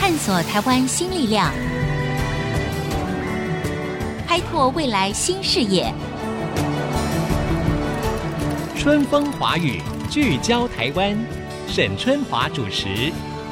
探索台湾新力量，开拓未来新视野。 春风华语，聚焦台湾，沈春华主持。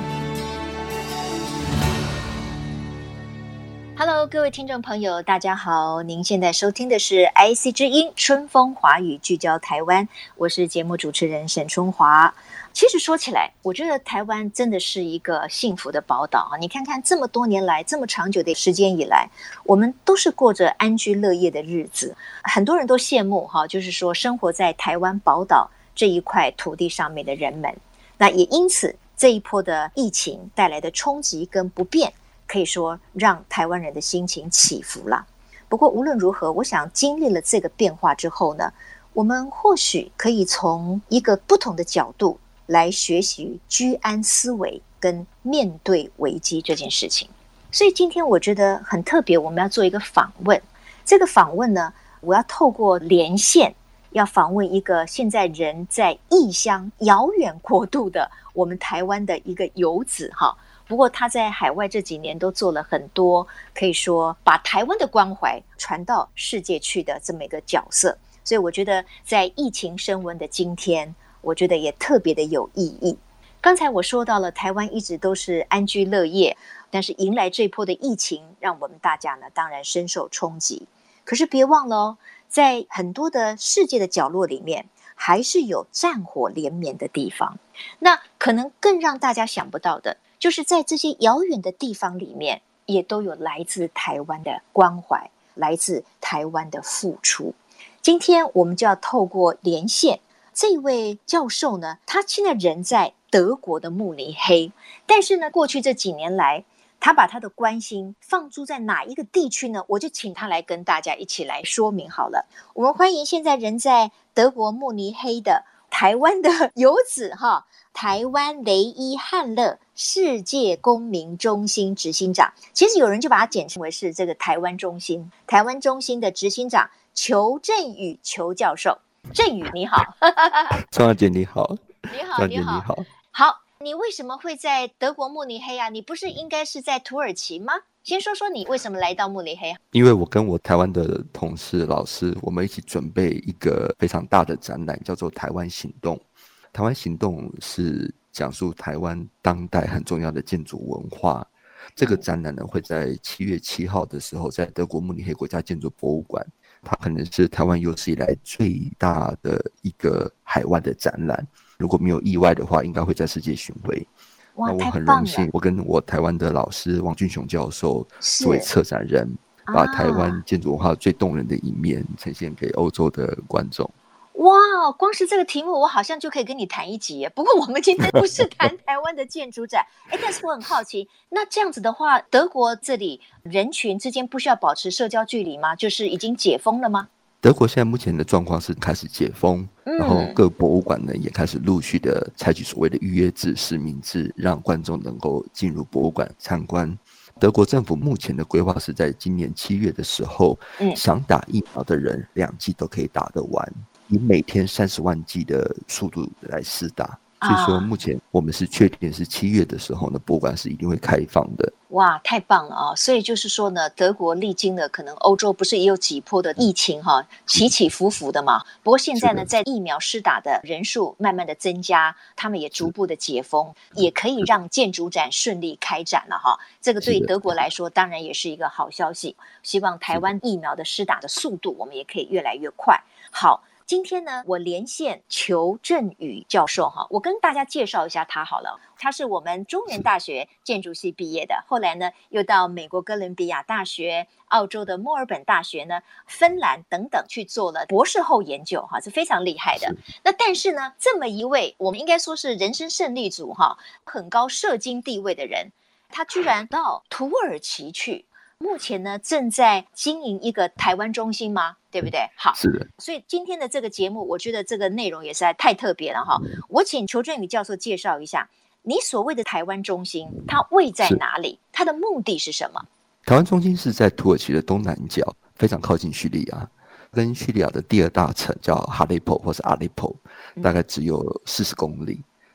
Hello， 各位听众朋友，大家好！您现在收听的是 IC 之音春风华语，聚焦台湾，我是节目主持人沈春华。其实说起来，我觉得台湾真的是一个幸福的宝岛啊！你看看这么多年来，这么长久的时间以来，我们都是过着安居乐业的日子，很多人都羡慕哈，就是说生活在台湾宝岛这一块土地上面的人们。那也因此，这一波的疫情带来的冲击跟不便，可以说让台湾人的心情起伏了。不过无论如何，我想经历了这个变化之后呢，我们或许可以从一个不同的角度来学习居安思危跟面对危机这件事情。所以今天我觉得很特别，我们要做一个访问。这个访问呢，我要透过连线，要访问一个现在人在异乡遥远国度的我们台湾的一个游子哈。不过他在海外这几年都做了很多，可以说把台湾的关怀传到世界去的这么一个角色。所以我觉得在疫情升温的今天，我觉得也特别的有意义。刚才我说到了台湾一直都是安居乐业，但是迎来这波的疫情，让我们大家呢当然深受冲击。可是别忘了哦，在很多的世界的角落里面，还是有战火连绵的地方。那可能更让大家想不到的，就是在这些遥远的地方里面，也都有来自台湾的关怀，来自台湾的付出。今天我们就要透过连线，这位教授呢，他现在人在德国的慕尼黑，但是呢，过去这几年来，他把他的关心放诸在哪一个地区呢？我就请他来跟大家一起来说明好了。我们欢迎现在人在德国慕尼黑的台湾的游子哈，台湾雷伊汉勒世界公民中心执行长。其实有人就把它简称为是这个台湾中心的执行长裘振宇裘教授。振宇你好。 春华姐你好。 你好。好，你为什么会在德国慕尼黑啊？你不是应该是在土耳其吗？先说说你为什么来到慕尼黑。 因为我跟我台湾的同事老师，我们一起准备一个非常大的展览，叫做台湾行动。台湾行动是讲述台湾当代很重要的建筑文化。这个展览呢，会在7月7号的时候，在德国慕尼黑国家建筑博物馆，它可能是台湾有史以来最大的一个海外的展览。如果没有意外的话，应该会在世界巡回。那我很荣幸，我跟我台湾的老师王俊雄教授作为策展人，把台湾建筑文化最动人的一面呈现给欧洲的观众。 哇，光是这个题目我好像就可以跟你谈一集耶。不过我们今天不是谈台湾的建筑展但是我很好奇，那这样子的话，德国这里人群之间不需要保持社交距离吗？就是已经解封了吗？ 德国现在目前的状况是开始解封，然后各博物馆呢也开始陆续的采取所谓的预约制、实名制，让观众能够进入博物馆参观。德国政府目前的规划是在今年7月的时候，想打疫苗的人2剂都可以打得完，以每天30万剂的速度来施打。所以说目前我们是确定是7月的时候呢，博物馆是一定会开放的。 哇，太棒了啊！所以就是说呢，德国历经了可能欧洲不是也有几波的疫情哈，起起伏伏的嘛。不过现在呢，在疫苗施打的人数慢慢的增加，他们也逐步的解封，也可以让建筑展顺利开展了哈。这个对德国来说当然也是一个好消息。希望台湾疫苗的施打的速度我们也可以越来越快。好，今天呢，我连线裘振宇教授哈，我跟大家介绍一下他好了。他是我们中原大学建筑系毕业的，后来呢又到美国哥伦比亚大学、澳洲的墨尔本大学呢、芬兰等等去做了博士后研究哈，是非常厉害的。那但是呢，这么一位我们应该说是人生胜利组哈，很高社经地位的人，他居然到土耳其去。目前呢，正在经营一个台湾中心吗？对不对？好， 是的。 所以今天的这个节目，我觉得这个内容也实在太特别了哈。我请裘振宇教授介绍一下，你所谓的台湾中心，它位在哪里？它的目的是什么？ 台湾中心是在土耳其的东南角，非常靠近叙利亚，跟叙利亚的第2大城叫哈雷波或是阿雷波，大概只有40公里。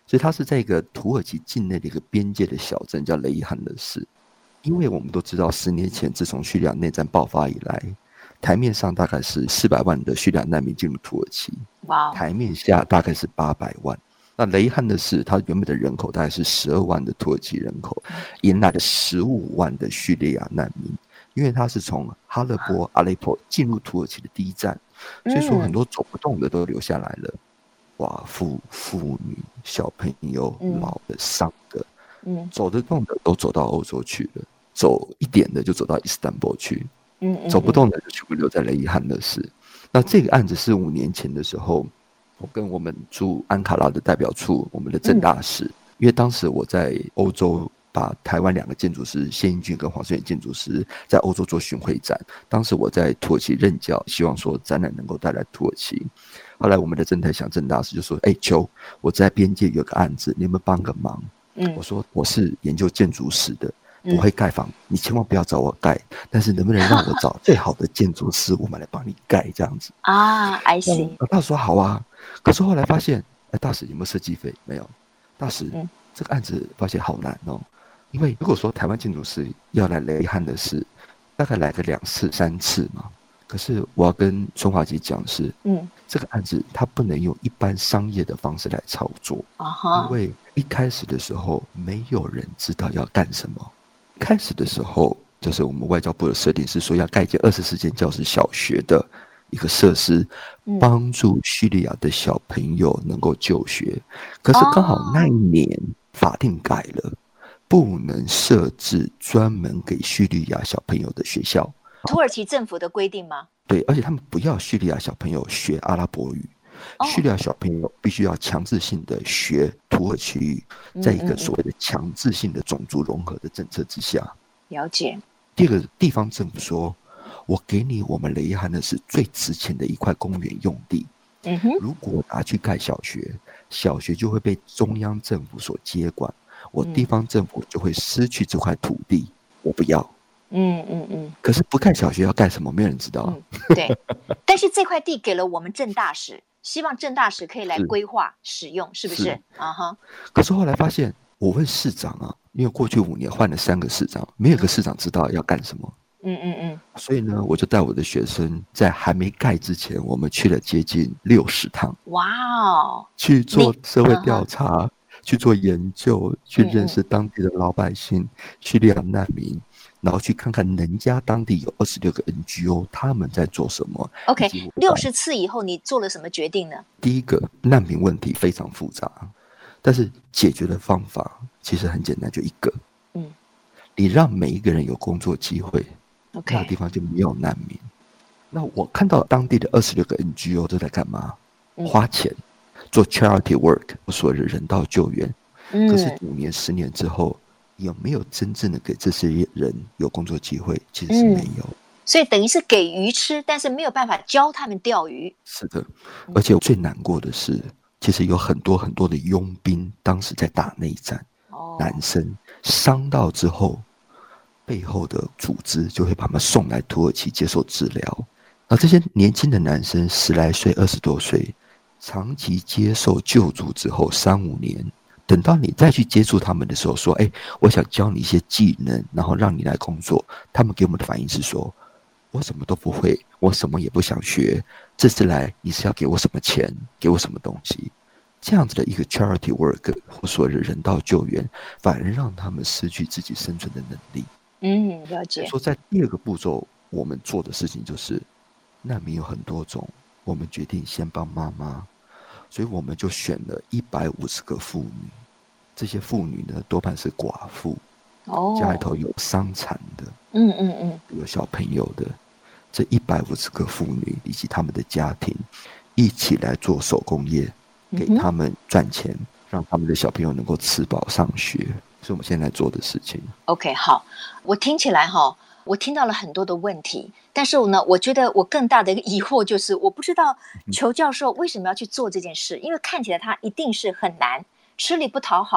所以它是在一个土耳其境内的一个边界的小镇，叫雷伊汉勒市。因为我们都知道10年前自从叙利亚内战爆发以来，台面上大概是400万的叙利亚难民进入土耳其， 哇， 台面下大概是800万。那雷伊汉勒市它原本的人口大概是12万的土耳其人口，迎来了15万的叙利亚难民。因为它是从哈勒波、阿雷坡进入土耳其的第一站，所以说很多走不动的都留下来了，寡妇、妇女、小朋友、老的、伤的，走得动的都走到欧洲去了，走一点的就走到伊斯坦布尔去，走不动的就全部留在雷伊汉勒市。那这个案子是5年前的时候，我跟我们驻安卡拉的代表处，我们的郑大使，因为当时我在欧洲。把台湾2个建筑师谢英俊跟黄顺远建筑师在欧洲做巡回展，当时我在土耳其任教，希望说展览能够带来土耳其。后来我们的郑台祥郑大使就说：“邱，我在边界有个案子，你们帮个忙。”我说：“我是研究建筑史的，我会盖房，你千万不要找我盖，但是能不能让我找最好的建筑师，我们来帮你盖这样子。” 啊 ，I see。 大使说好啊，可是后来发现，大使有没有设计费？没有。大使，这个案子发现好难哦。因为如果说台湾建筑师要来雷汉的事，大概来个2次3次嘛。可是我要跟春华姐讲的是，这个案子它不能用一般商业的方式来操作，因为一开始的时候没有人知道要干什么。开始的时候就是我们外交部的设定是说要盖一间24间教室小学的一个设施，帮助叙利亚的小朋友能够就学。可是刚好那一年法定改了。不能设置专门给叙利亚小朋友的学校， 土耳其政府的规定吗？ 对，而且他们不要叙利亚小朋友学阿拉伯语，叙利亚小朋友必须要强制性的学土耳其语，在一个所谓的强制性的种族融合的政策之下。 了解。 第二个，地方政府说，我给你我们雷伊汉勒是最值钱的一块公园用地，如果拿去盖小学，小学就会被中央政府所接管。我地方政府就会失去这块土地，我不要。可是不盖小学要盖什么？没有人知道。 对，但是这块地给了我们郑大使，希望郑大使可以来规划使用，是不是？ 可是后来发现，我问市长啊，因为过去5年换了3个市长，没有一个市长知道要干什么。所以呢，我就带我的学生在还没盖之前，我们去了接近60趟。 哇哦！ 去做社会调查。去做研究，去认识当地的老百姓、叙利亚难民，然后去看看人家当地有26个 NGO， 他们在做什么。 OK，60次以后你做了什么决定呢？ 第一个，难民问题非常复杂，但是解决的方法其实很简单，就一个。你让每一个人有工作机会，那个地方就没有难民。那我看到当地的26个 NGO 都在干嘛？花钱。做 charity work， 所谓的人道救援，可是5年、10年之后，有没有真正的给这些人有工作机会？其实是没有。 所以等于是给鱼吃，但是没有办法教他们钓鱼。 是的，而且最难过的是，其实有很多很多的佣兵，当时在打内战，男生伤到之后，背后的组织就会把他们送来土耳其接受治疗。而这些年轻的男生10来岁、20多岁。长期接受救助之后3、5年，等到你再去接触他们的时候，说：“我想教你一些技能，然后让你来工作。”他们给我们的反应是说：“我什么都不会，我什么也不想学。这次来你是要给我什么钱，给我什么东西？”这样子的一个 charity work 或所谓的人道救援，反而让他们失去自己生存的能力。 了解。 说在第2个步骤，我们做的事情就是，难民有很多种。我们决定先帮妈妈，所以我们就选了150个妇女。这些妇女呢，多半是寡妇，家里头有伤残的，有小朋友的。这150个妇女以及他们的家庭，一起来做手工业，给他们赚钱，让他们的小朋友能够吃饱上学，是我们现在做的事情。 OK， 好，我听起来我听到了很多的问题，但是呢，我觉得我更大的一个疑惑就是，我不知道裘教授为什么要去做这件事，因为看起来他一定是很难，吃力不讨好，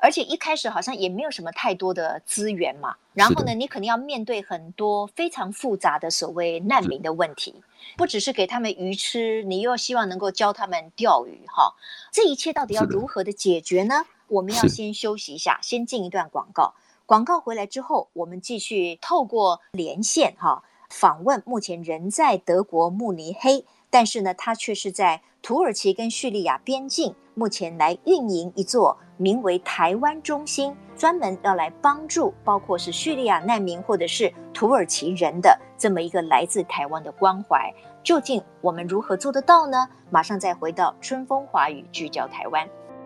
而且一开始好像也没有什么太多的资源嘛，然后呢， 是的你可能要面对很多非常复杂的所谓难民的问题，不只是给他们鱼吃，你又要希望能够教他们钓鱼哈，这一切到底要是的如何的解决呢？我们要是先休息一下，先进一段广告。广告回来之后，我们继续透过连线哈，访问目前人在德国慕尼黑，但是呢，他却是在土耳其跟叙利亚边境，目前来运营一座名为台湾中心，专门要来帮助包括是叙利亚难民或者是土耳其人的这么一个来自台湾的关怀。究竟我们如何做得到呢？马上再回到春风华语聚焦台湾。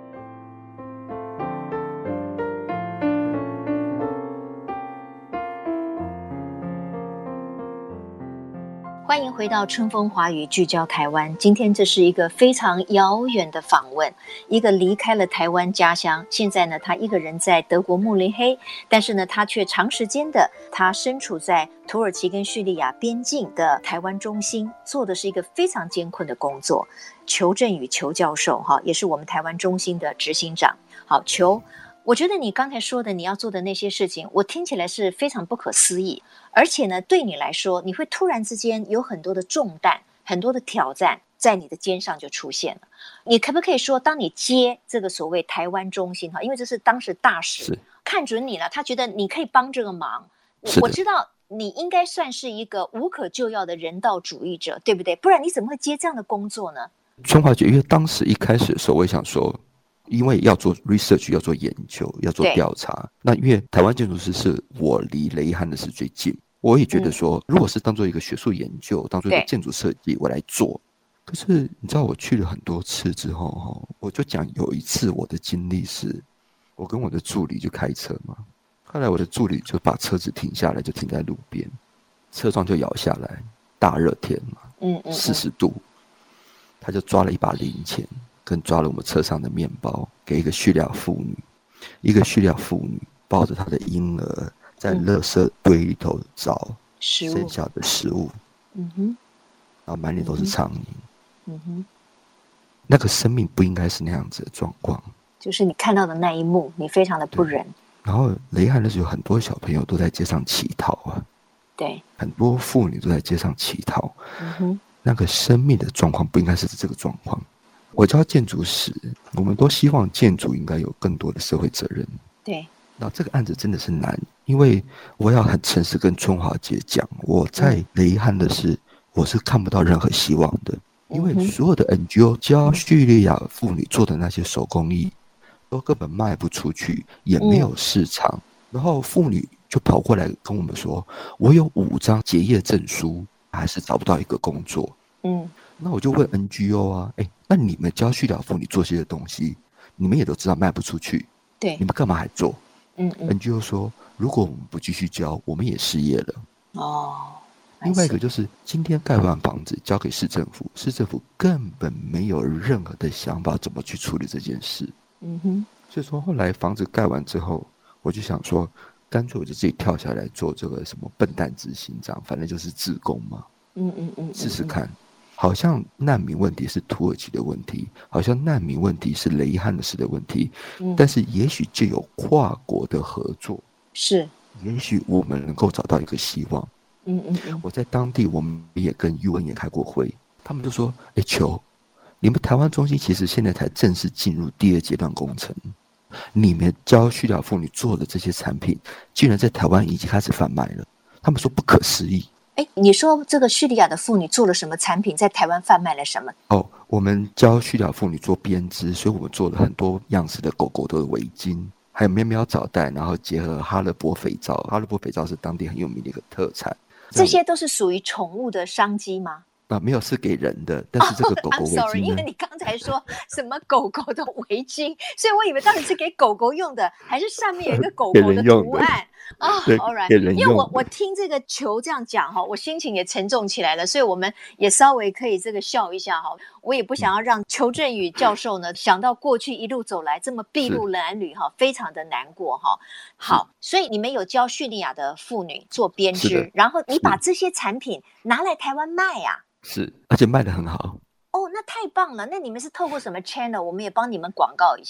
欢迎回到春风华语聚焦台湾。今天这是一个非常遥远的访问，一个离开了台湾家乡，现在呢他一个人在德国慕尼黑，但是呢他却长时间的他身处在土耳其跟叙利亚边境的台湾中心，做的是一个非常艰困的工作。裘振宇裘教授也是我们台湾中心的执行长。好，裘，我觉得你刚才说的你要做的那些事情，我听起来是非常不可思议，而且呢，对你来说，你会突然之间有很多的重担，很多的挑战在你的肩上就出现了。你可不可以说，当你接这个所谓台湾中心因为这是当时大使看准你了，他觉得你可以帮这个忙，我知道你应该算是一个无可救药的人道主义者，对不对？不然你怎么会接这样的工作呢？ 春华姐，因为当时一开始的时候，我也想说，因为要做 research， 要做研究，要做调查。那因为台湾建筑师是我离雷汉的是最近，我也觉得说，如果是当做一个学术研究，当做一个建筑设计，我来做。可是你知道，我去了很多次之后，我就讲有一次我的经历是，我跟我的助理就开车嘛，后来我的助理就把车子停下来，就停在路边，车窗就摇下来，大热天嘛，40度。他就抓了一把零钱，跟抓了我们车上的面包，给一个叙利亚妇女。一个叙利亚妇女抱着她的婴儿，在垃圾堆里头找剩下的食物，然后满脸都是苍蝇。那个生命不应该是那样子的状况。 就是你看到的那一幕，你非常的不忍。 然后雷汉的时候，有很多小朋友都在街上乞讨啊， 对， 很多妇女都在街上乞讨。那个生命的状况不应该是这个状况。我教建筑史，我们都希望建筑应该有更多的社会责任。 对， 那这个案子真的是难，因为我要很诚实跟春华姐讲，我在雷汉的是，我是看不到任何希望的，因为所有的 NGO 教叙利亚妇女做的那些手工艺，都根本卖不出去，也没有市场。然后妇女就跑过来跟我们说，我有5张结业证书，还是找不到一个工作。那我就问 NGO 啊，那你们教叙利亚妇女做些东西，你们也都知道卖不出去， 对， 你们干嘛还做？NGO 说，如果我们不继续教，我们也失业了。另外一个就是今天盖完房子交给市政府，市政府根本没有任何的想法怎么去处理这件事。所以说后来房子盖完之后，我就想说，干脆我就自己跳下来做这个什么笨蛋执行长，反正就是志工嘛。试试看。好像难民问题是土耳其的问题，好像难民问题是雷汉的事的问题，但是也许就有跨国的合作， 是， 也许我们能够找到一个希望。我在当地我们也跟 UN 也开过会，他们就说，裘，你们台湾中心其实现在才正式进入第2阶段工程，你们教叙利亚妇女做的这些产品，竟然在台湾已经开始贩卖了，他们说不可思议。 你说这个叙利亚的妇女做了什么产品，在台湾贩卖了什么？ 我们教叙利亚妇女做编织，所以我们做了很多样式的狗狗的围巾，还有喵喵澡袋，然后结合哈勒波肥皂。哈勒波肥皂是当地很有名的一个特产。 这些都是属于宠物的商机吗？ 没有，是给人的，但是这个狗狗围巾呢 I'm sorry， 因为你刚才说什么狗狗的围巾，所以我以为到底是给狗狗用的，还是上面有一个狗狗的图案？All right， 因为我听这个裘这样讲我心情也沉重起来了，所以我们也稍微可以这个笑一下我也不想要让裘振宇教授呢想到过去一路走来这么筚路蓝缕非常的难过好，所以你们有教叙利亚的妇女做编织，然后你把这些产品拿来台湾卖啊？ 是，而且卖得很好。 那太棒了。那你们是透过什么 channel？ 我们也帮你们广告一下。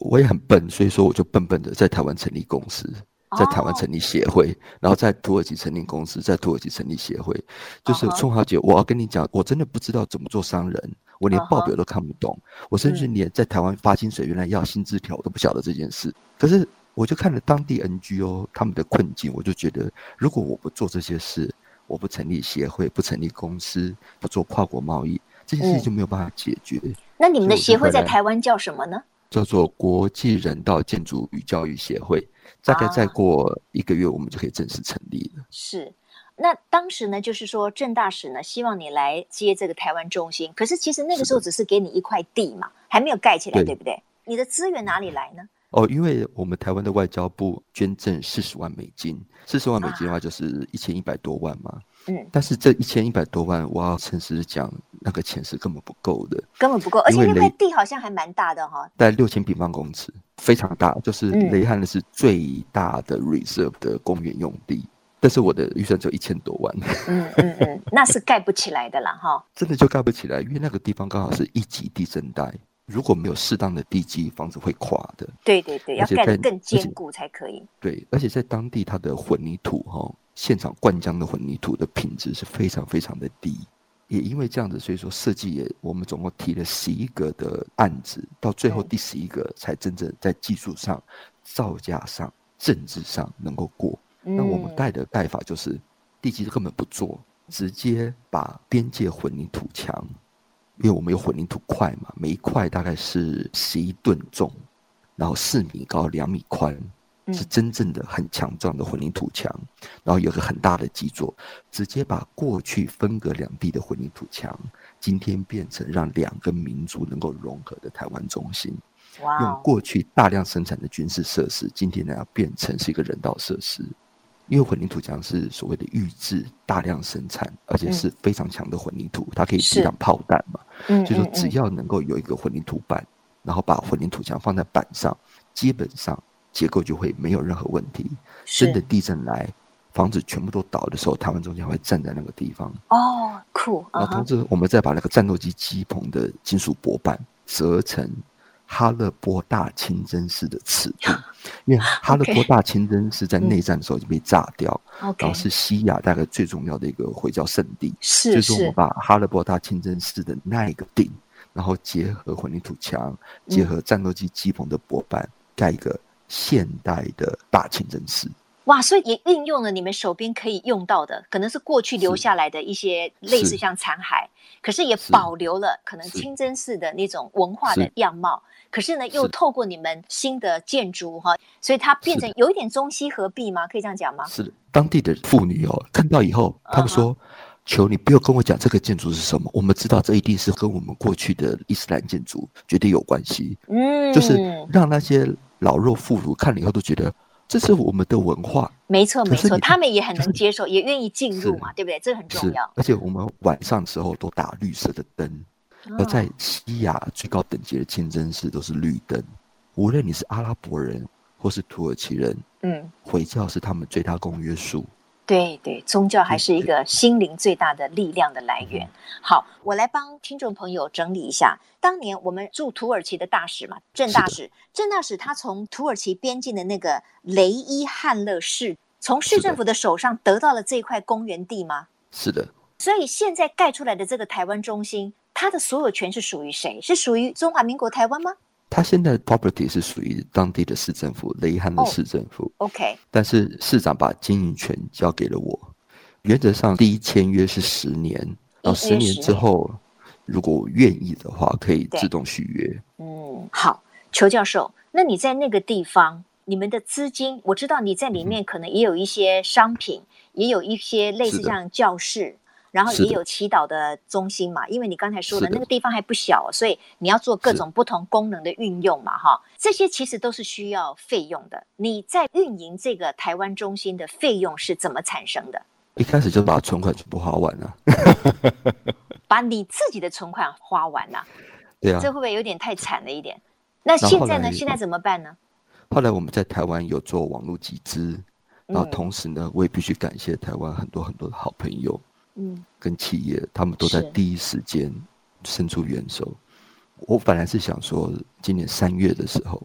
我也很笨，所以说我就笨笨的在台湾成立公司，在台湾成立协会，然后在土耳其成立公司，在土耳其成立协会。就是春华姐，我要跟你讲，我真的不知道怎么做商人，我连报表都看不懂，我甚至连在台湾发薪水原来要薪资条我都不晓得这件事。可是我就看了当地 NGO 他们的困境，我就觉得如果我不做这些事，我不成立协会，不成立公司，不做跨国贸易，这件事情就没有办法解决。 那你们的协会在台湾叫什么呢？ 叫做国际人道建筑与教育协会，大概再过1个月我们就可以正式成立了。 是，那当时呢，就是说郑大使呢希望你来接这个台湾中心，可是其实那个时候只是给你一块地嘛，还没有盖起来， 对不对？你的资源哪里来呢？ 因为我们台湾的外交部捐赠40万美金，40万美金的话就是1100多万嘛。但是这1100多万，我要诚实的讲，那个钱是根本不够的，根本不够， 而且那块地好像还蛮大的哈， 大概6000平方公尺，非常大，就是雷汉的是最大的 reserve 的公园用地。但是我的预算只有1000多万， 那是盖不起来的啦哈， 真的就盖不起来，因为那个地方刚好是1级地震带。如果没有适当的地基，房子会垮的。 对对对，要盖得更坚固才可以。 对，而且在当地它的混凝土现场灌浆的混凝土的品质是非常非常的低。也因为这样子，所以说设计也我们总共提了11个的案子，到最后第11个才真正在技术上、造价上、政治上能够过。那我们盖的盖法就是地基根本不做，直接把边界混凝土墙。因为我们有混凝土块嘛，每一块大概是11吨重，然后4米高2米宽，是真正的很强壮的混凝土墙，然后有个很大的基座，直接把过去分隔两地的混凝土墙，今天变成让2个民族能够融合的台湾中心。用过去大量生产的军事设施，今天呢要变成是一个人道设施。因为混凝土墙是所谓的预制大量生产，而且是非常强的混凝土，它可以抵挡炮弹嘛。所以说只要能够有一个混凝土板，然后把混凝土墙放在板上，基本上结构就会没有任何问题。真的地震来，房子全部都倒的时候，台湾中间会站在那个地方。 酷。 然后同时我们再把那个战斗机机棚的金属薄板折成哈勒波大清真寺的尺度，因为哈勒波大清真寺在内战的时候就被炸掉，然后是西亚大概最重要的一个回教圣地，所以说我们把哈勒波大清真寺的那一个顶，然后结合混凝土墙，结合战斗机机棚的薄板，盖一个现代的大清真寺。 哇，所以也运用了你们手边可以用到的，可能是过去留下来的一些类似像残骸，可是也保留了可能清真寺的那种文化的样貌，可是呢又透过你们新的建筑所以它变成有一点中西合璧吗？可以这样讲吗？ 是的，当地的妇女看到以后，他们说求你不要跟我讲这个建筑是什么，我们知道这一定是跟我们过去的伊斯兰建筑绝对有关系。就是让那些老弱妇孺看了以后都觉得这是我们的文化。 没错没错，他们也很能接受，也愿意进入嘛，对不对？这个很重要。 而且我们晚上的时候都打绿色的灯，而在西亚最高等级的清真寺都是绿灯，无论你是阿拉伯人或是土耳其人，回教是他们最大公约数。 对对，宗教还是一个心灵最大的力量的来源。好，我来帮听众朋友整理一下，当年我们驻土耳其的大使嘛，郑大使他从土耳其边境的那个雷伊汉勒市，从市政府的手上得到了这块公园地吗？ 是的。 所以现在盖出来的这个台湾中心，它的所有权是属于谁？是属于中华民国台湾吗？ 他现在的 property 是属于当地的市政府，雷汉的市政府。 OK， 但是市长把经营权交给了我。原则上，第一签约是10年，然后10年之后，如果我愿意的话，可以自动续约。 好，邱教授，那你在那个地方，你们的资金，我知道你在里面可能也有一些商品，也有一些类似像教室。然后也有祈祷的中心嘛，因为你刚才说的那个地方还不小，所以你要做各种不同功能的运用嘛，这些其实都是需要费用的。你在运营这个台湾中心的费用是怎么产生的？ 一开始就把存款全部花完了， 把你自己的存款花完了， 对啊， 这会不会有点太惨了一点？那现在呢？现在怎么办呢？ 后来我们在台湾有做网络集资，然后同时呢，我也必须感谢台湾很多很多的好朋友。跟企业，他们都在第一时间伸出援手。我本来是想说，今年3月的时候，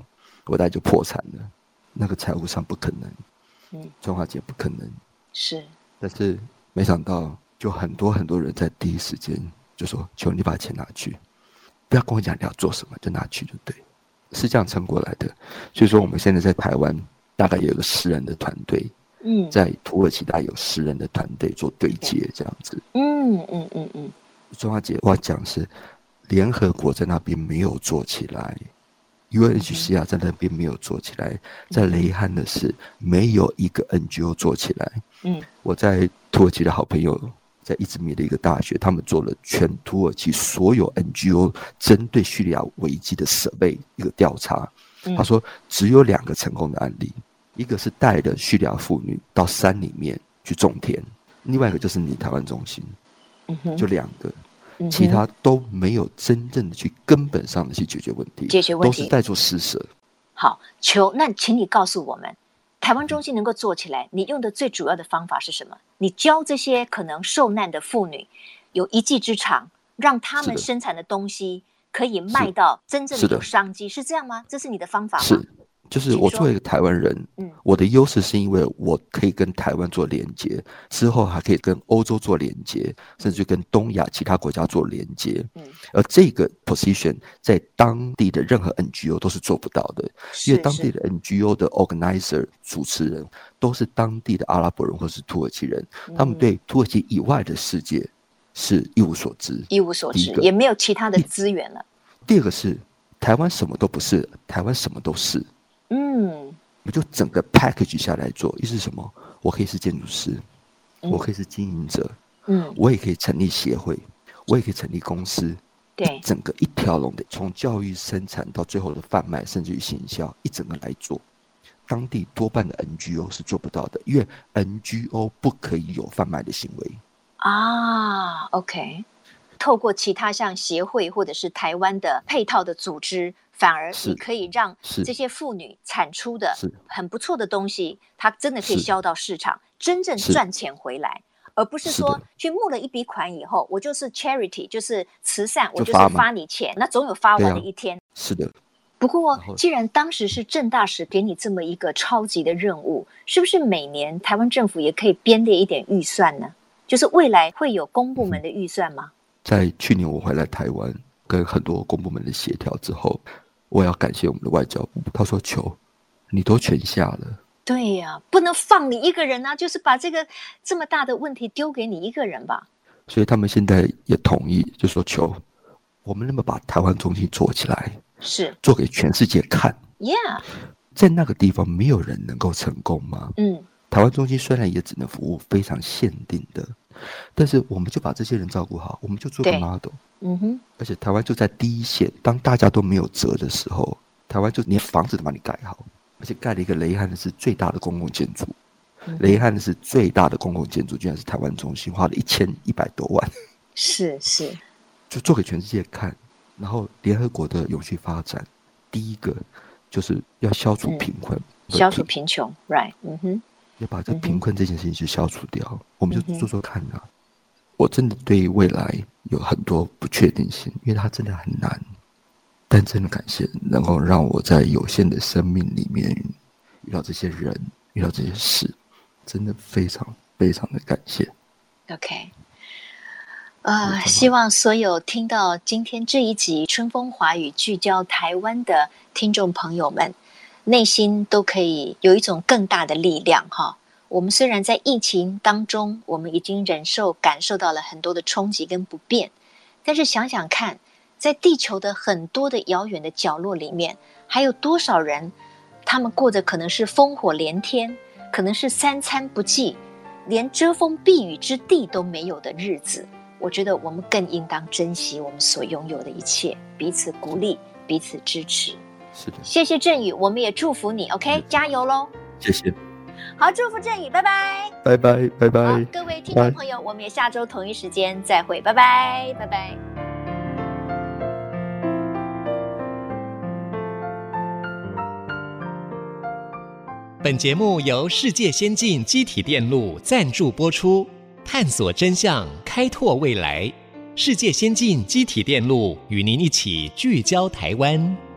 我大概就破产了。那个财务上不可能，春华姐不可能。 是， 但是没想到，就很多人在第一时间就说：“求你把钱拿去，不要跟我讲你要做什么，就拿去就对。”是这样撑过来的。所以说，我们现在在台湾大概也有个10人的团队，在土耳其大概有10人的团队做对接，这样子。春华姐，我要讲是联合国在那边没有做起来。UNHCR 在那边没有做起来，在雷汉的是没有一个 NGO 做起来。我在土耳其的好朋友在伊兹密的一个大学，他们做了全土耳其所有 NGO 针对叙利亚危机的survey一个调查。他说只有2个成功的案例，一个是带着叙利亚妇女到山里面去种田，另外一个就是你台湾中心，就2个。其他都没有真正的去根本上的去解决问题，都是在做施舍。 好，那请你告诉我们，台湾中心能够做起来，你用的最主要的方法是什么？你教这些可能受难的妇女有一技之长，让他们生产的东西可以卖到真正的有商机，是这样吗？这是你的方法吗？ 是。就是我作为一个台湾人，我的优势是因为我可以跟台湾做连接，之后还可以跟欧洲做连接，甚至跟东亚其他国家做连接。而这个 position 在当地的任何 NGO 都是做不到的，因为当地的 NGO 的 organizer 主持人都是当地的阿拉伯人或是土耳其人，他们对土耳其以外的世界是一无所知， 也没有其他的资源了。 第二个是台湾什么都不是，台湾什么都是。我就整个 package 下来做，意思是什么？我可以是建筑师，我可以是经营者，我也可以成立协会，我也可以成立公司，对，整个一条龙的，从教育生产到最后的贩卖，甚至于行销，一整个来做。当地多半的 NGO 是做不到的，因为 NGO 不可以有贩卖的行为啊。OK， 透过其他像协会或者是台湾的配套的组织。反而你可以让这些妇女产出的很不错的东西，它真的可以销到市场，真正赚钱回来，而不是说去募了一笔款以后，我就是 charity， 就是慈善，我就是发你钱，那总有发完的一天。 是的。 不过，既然当时是郑大使给你这么一个超级的任务，是不是每年台湾政府也可以编列一点预算呢？就是未来会有公部门的预算吗？ 在去年我回来台湾，跟很多公部门的协调之后。我要感谢我们的外交部，他说：“求你都全下了， 对呀，不能放你一个人啊！就是把这么大的问题丢给你一个人吧。” 所以他们现在也同意，就说：“求我们能不能把台湾中心做起来， 是做给全世界看 ？Yeah， 在那个地方没有人能够成功吗？台湾中心虽然也只能服务非常限定的，但是我们就把这些人照顾好，我们就做个 model。”而且台湾就在第一线，当大家都没有辙的时候，台湾就连房子都把你盖好，而且盖了一个雷汉的是最大的公共建筑，雷汉的是最大的公共建筑，居然是台湾中心，花了1100多万， 是， 就做给全世界看。然后联合国的永续发展，第一个就是要消除贫困， 消除贫穷 ，right， 要把这贫困这件事情去消除掉，我们就做做看啊。我真的对未来有很多不确定性，因为它真的很难。但真的感谢能够让我在有限的生命里面遇到这些人，遇到这些事，真的非常非常的感谢。 OK， 希望所有听到今天这一集春风华语聚焦台湾的听众朋友们，内心都可以有一种更大的力量哈。我们虽然在疫情当中，我们已经感受到了很多的冲击跟不便，但是想想看，在地球的很多的遥远的角落里面，还有多少人，他们过着可能是烽火连天，可能是3餐不继，连遮风避雨之地都没有的日子。我觉得我们更应当珍惜我们所拥有的一切，彼此鼓励，彼此支持。 是的， 谢谢振宇，我们也祝福你 ，OK， 加油咯。 谢谢。 好，祝福振宇，拜拜， 拜拜，拜拜。 各位听众朋友，我们也下周同一时间再会，拜拜，拜拜。 本节目由世界先进机体电路赞助播出，探索真相，开拓未来。世界先进机体电路与您一起聚焦台湾。